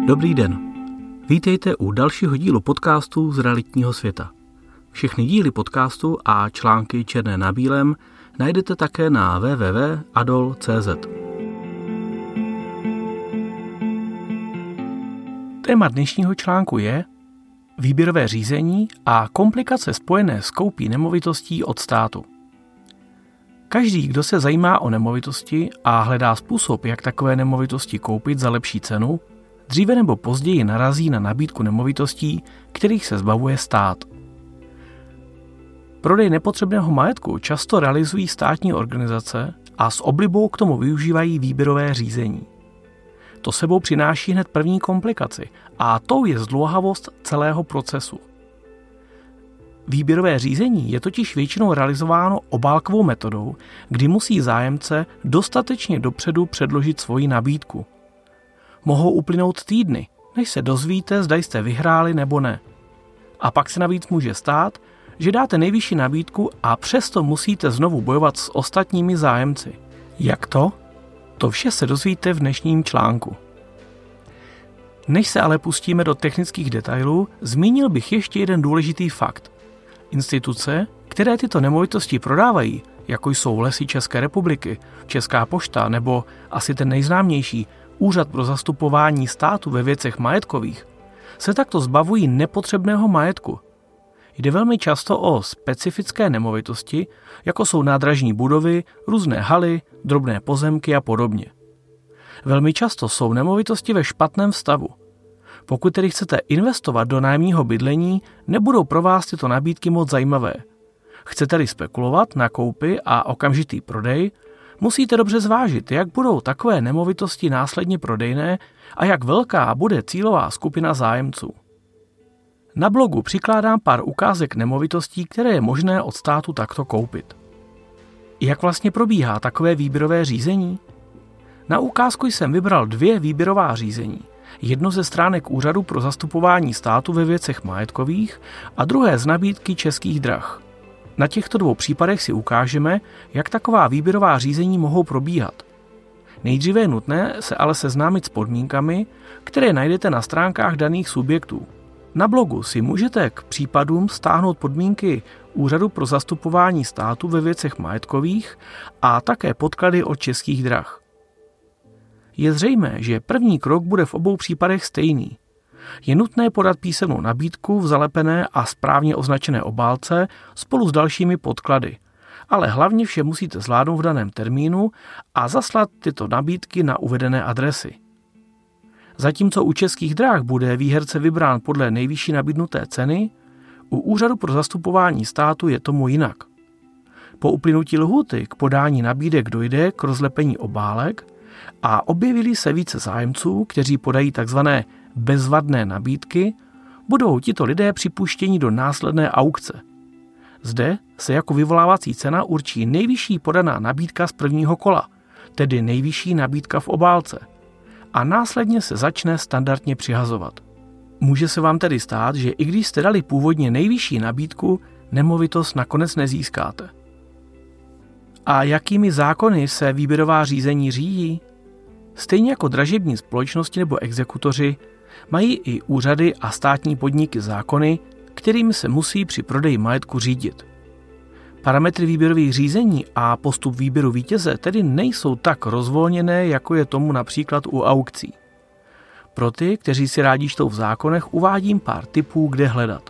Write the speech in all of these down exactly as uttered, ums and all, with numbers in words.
Dobrý den. Vítejte u dalšího dílu podcastu z realitního světa. Všechny díly podcastu a články černé na bílém najdete také na w w w tečka adol tečka c z. Téma dnešního článku je výběrové řízení a komplikace spojené s koupí nemovitostí od státu. Každý, kdo se zajímá o nemovitosti a hledá způsob, jak takové nemovitosti koupit za lepší cenu, dříve nebo později narazí na nabídku nemovitostí, kterých se zbavuje stát. Prodej nepotřebného majetku často realizují státní organizace a s oblibou k tomu využívají výběrové řízení. To sebou přináší hned první komplikaci a tou je zdlouhavost celého procesu. Výběrové řízení je totiž většinou realizováno obálkovou metodou, kdy musí zájemce dostatečně dopředu předložit svoji nabídku. Mohou uplynout týdny, než se dozvíte, zda jste vyhráli nebo ne. A pak se navíc může stát, že dáte nejvyšší nabídku a přesto musíte znovu bojovat s ostatními zájemci. Jak to? To vše se dozvíte v dnešním článku. Než se ale pustíme do technických detailů, zmínil bych ještě jeden důležitý fakt. Instituce, které tyto nemovitosti prodávají, jako jsou Lesy České republiky, Česká pošta nebo asi ten nejznámější Úřad pro zastupování státu ve věcech majetkových, se takto zbavují nepotřebného majetku. Jde velmi často o specifické nemovitosti, jako jsou nádražní budovy, různé haly, drobné pozemky a podobně. Velmi často jsou nemovitosti ve špatném stavu. Pokud tedy chcete investovat do nájemního bydlení, nebudou pro vás tyto nabídky moc zajímavé. Chcete-li spekulovat na koupi a okamžitý prodej, musíte dobře zvážit, jak budou takové nemovitosti následně prodejné a jak velká bude cílová skupina zájemců. Na blogu přikládám pár ukázek nemovitostí, které je možné od státu takto koupit. Jak vlastně probíhá takové výběrové řízení? Na ukázku jsem vybral dvě výběrová řízení. Jedno ze stránek Úřadu pro zastupování státu ve věcech majetkových a druhé z nabídky Českých drah. Na těchto dvou případech si ukážeme, jak taková výběrová řízení mohou probíhat. Nejdříve je nutné se ale seznámit s podmínkami, které najdete na stránkách daných subjektů. Na blogu si můžete k případům stáhnout podmínky Úřadu pro zastupování státu ve věcech majetkových a také podklady od Českých drah. Je zřejmé, že první krok bude v obou případech stejný. Je nutné podat písemnou nabídku v zalepené a správně označené obálce spolu s dalšími podklady, ale hlavně vše musíte zvládnout v daném termínu a zaslat tyto nabídky na uvedené adresy. Zatímco u Českých drah bude výherce vybrán podle nejvyšší nabídnuté ceny, u Úřadu pro zastupování státu je tomu jinak. Po uplynutí lhůty k podání nabídek dojde k rozlepení obálek a objevili se více zájemců, kteří podají tzv. Bezvadné nabídky, budou tito lidé připuštěni do následné aukce. Zde se jako vyvolávací cena určí nejvyšší podaná nabídka z prvního kola, tedy nejvyšší nabídka v obálce, a následně se začne standardně přihazovat. Může se vám tedy stát, že i když jste dali původně nejvyšší nabídku, nemovitost nakonec nezískáte. A jakými zákony se výběrová řízení řídí? Stejně jako dražební společnosti nebo exekutoři, mají i úřady a státní podniky zákony, kterými se musí při prodeji majetku řídit. Parametry výběrových řízení a postup výběru vítěze tedy nejsou tak rozvolněné, jako je tomu například u aukcí. Pro ty, kteří si rádi čtou v zákonech, uvádím pár tipů, kde hledat.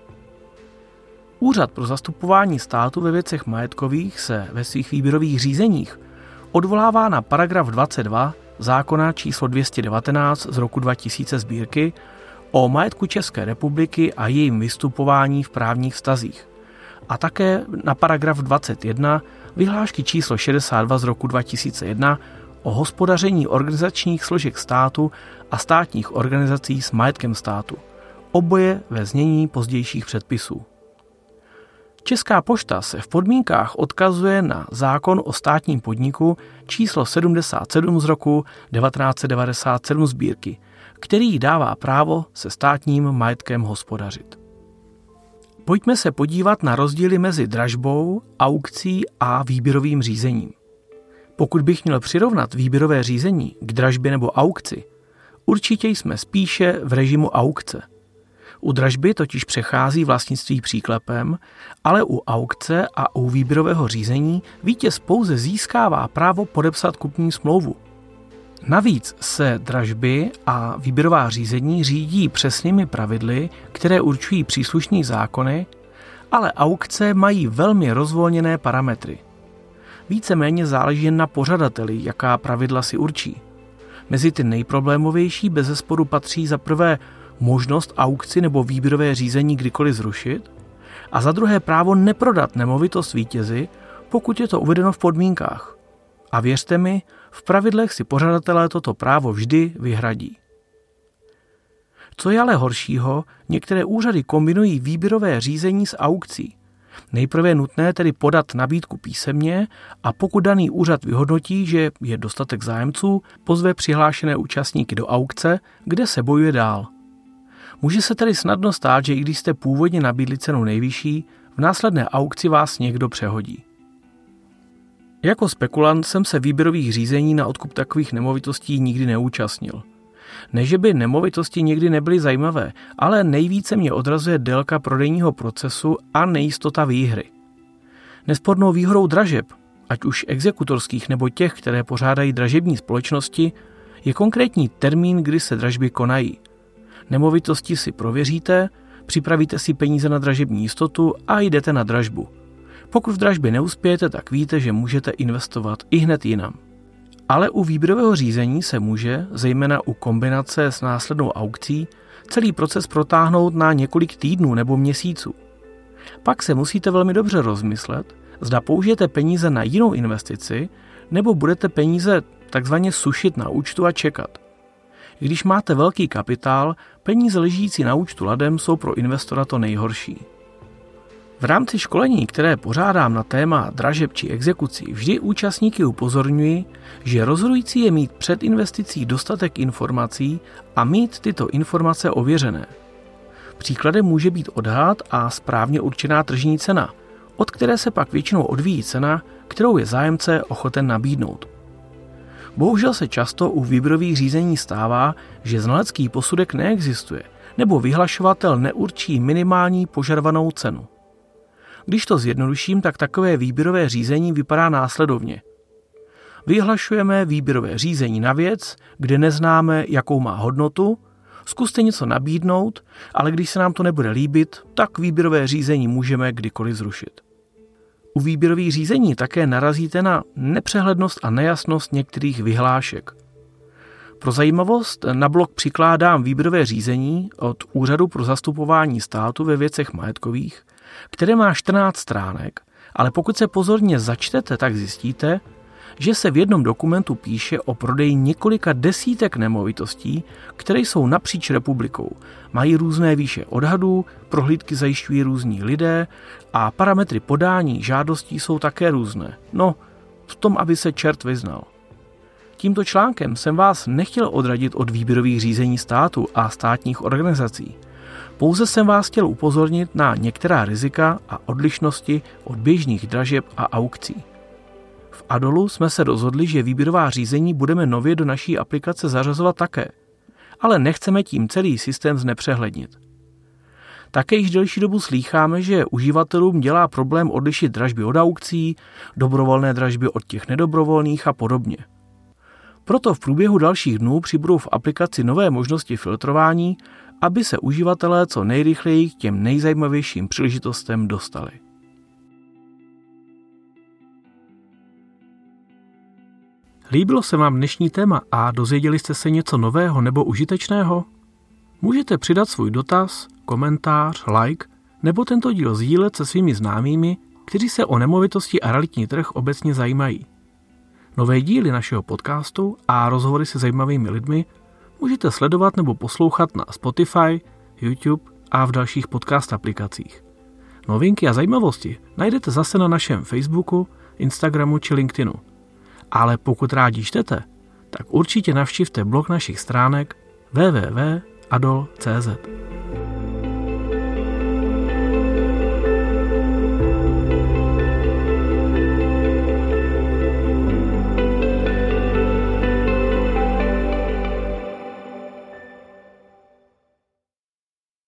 Úřad pro zastupování státu ve věcech majetkových se ve svých výběrových řízeních odvolává na paragraf dvacet dva zákona číslo dvě stě devatenáct z roku dva tisíce sbírky o majetku České republiky a jejím vystupování v právních vztazích a také na paragraf dvacet jedna vyhlášky číslo šedesát dva z roku dva tisíce jedna o hospodaření organizačních složek státu a státních organizací s majetkem státu, oboje ve znění pozdějších předpisů. Česká pošta se v podmínkách odkazuje na zákon o státním podniku číslo sedmdesát sedm z roku devatenáct set devadesát sedm sbírky, který dává právo se státním majetkem hospodařit. Pojďme se podívat na rozdíly mezi dražbou, aukcí a výběrovým řízením. Pokud bych měl přirovnat výběrové řízení k dražbě nebo aukci, určitě jsme spíše v režimu aukce. U dražby totiž přechází vlastnictví příklepem, ale u aukce a u výběrového řízení vítěz pouze získává právo podepsat kupní smlouvu. Navíc se dražby a výběrová řízení řídí přesnými pravidly, které určují příslušné zákony, ale aukce mají velmi rozvolněné parametry. Víceméně záleží jen na pořadateli, jaká pravidla si určí. Mezi ty nejproblémovější bezesporu patří za prvé možnost aukci nebo výběrové řízení kdykoliv zrušit a za druhé právo neprodat nemovitost vítězi, pokud je to uvedeno v podmínkách. A věřte mi, v pravidlech si pořadatelé toto právo vždy vyhradí. Co je ale horšího, některé úřady kombinují výběrové řízení s aukcí. Nejprve je nutné tedy podat nabídku písemně a pokud daný úřad vyhodnotí, že je dostatek zájemců, pozve přihlášené účastníky do aukce, kde se bojuje dál. Může se tedy snadno stát, že i když jste původně nabídli cenu nejvyšší, v následné aukci vás někdo přehodí. Jako spekulant jsem se výběrových řízení na odkup takových nemovitostí nikdy neúčastnil. Ne, že by nemovitosti někdy nebyly zajímavé, ale nejvíce mě odrazuje délka prodejního procesu a nejistota výhry. Nespornou výhodou dražeb, ať už exekutorských nebo těch, které pořádají dražební společnosti, je konkrétní termín, kdy se dražby konají. Nemovitosti si prověříte, připravíte si peníze na dražební jistotu a jdete na dražbu. Pokud v dražbě neuspějete, tak víte, že můžete investovat i hned jinam. Ale u výběrového řízení se může, zejména u kombinace s následnou aukcí, celý proces protáhnout na několik týdnů nebo měsíců. Pak se musíte velmi dobře rozmyslet, zda použijete peníze na jinou investici, nebo budete peníze takzvaně sušit na účtu a čekat. Když máte velký kapitál, peníze ležící na účtu ladem jsou pro investora to nejhorší. V rámci školení, které pořádám na téma dražeb či exekucí, vždy účastníky upozorňuji, že rozhodující je mít před investicí dostatek informací a mít tyto informace ověřené. Příkladem může být odhad a správně určená tržní cena, od které se pak většinou odvíjí cena, kterou je zájemce ochoten nabídnout. Bohužel se často u výběrových řízení stává, že znalecký posudek neexistuje, nebo vyhlašovatel neurčí minimální požadovanou cenu. Když to zjednoduším, tak takové výběrové řízení vypadá následovně. Vyhlašujeme výběrové řízení na věc, kde neznáme, jakou má hodnotu, zkuste něco nabídnout, ale když se nám to nebude líbit, tak výběrové řízení můžeme kdykoliv zrušit. U výběrových řízení také narazíte na nepřehlednost a nejasnost některých vyhlášek. Pro zajímavost na blog přikládám výběrové řízení od Úřadu pro zastupování státu ve věcech majetkových, které má čtrnáct stránek, ale pokud se pozorně začtete, tak zjistíte, že se v jednom dokumentu píše o prodeji několika desítek nemovitostí, které jsou napříč republikou. Mají různé výše odhadů, prohlídky zajišťují různí lidé a parametry podání žádostí jsou také různé. No, v tom, aby se čert vyznal. Tímto článkem jsem vás nechtěl odradit od výběrových řízení státu a státních organizací. Pouze jsem vás chtěl upozornit na některá rizika a odlišnosti od běžných dražeb a aukcí. V Adolu jsme se rozhodli, že výběrová řízení budeme nově do naší aplikace zařazovat také, ale nechceme tím celý systém znepřehlednit. Také již delší dobu slýcháme, že uživatelům dělá problém odlišit dražby od aukcí, dobrovolné dražby od těch nedobrovolných a podobně. Proto v průběhu dalších dnů přibudou v aplikaci nové možnosti filtrování, aby se uživatelé co nejrychleji k těm nejzajímavějším příležitostem dostali. Líbilo se vám dnešní téma a dozvěděli jste se něco nového nebo užitečného? Můžete přidat svůj dotaz, komentář, like nebo tento díl sdílet se svými známými, kteří se o nemovitosti a realitní trh obecně zajímají. Nové díly našeho podcastu a rozhovory se zajímavými lidmi můžete sledovat nebo poslouchat na Spotify, YouTube a v dalších podcast aplikacích. Novinky a zajímavosti najdete zase na našem Facebooku, Instagramu či LinkedInu. Ale pokud rádi čtete, tak určitě navštivte blog našich stránek w w w tečka adol tečka c z.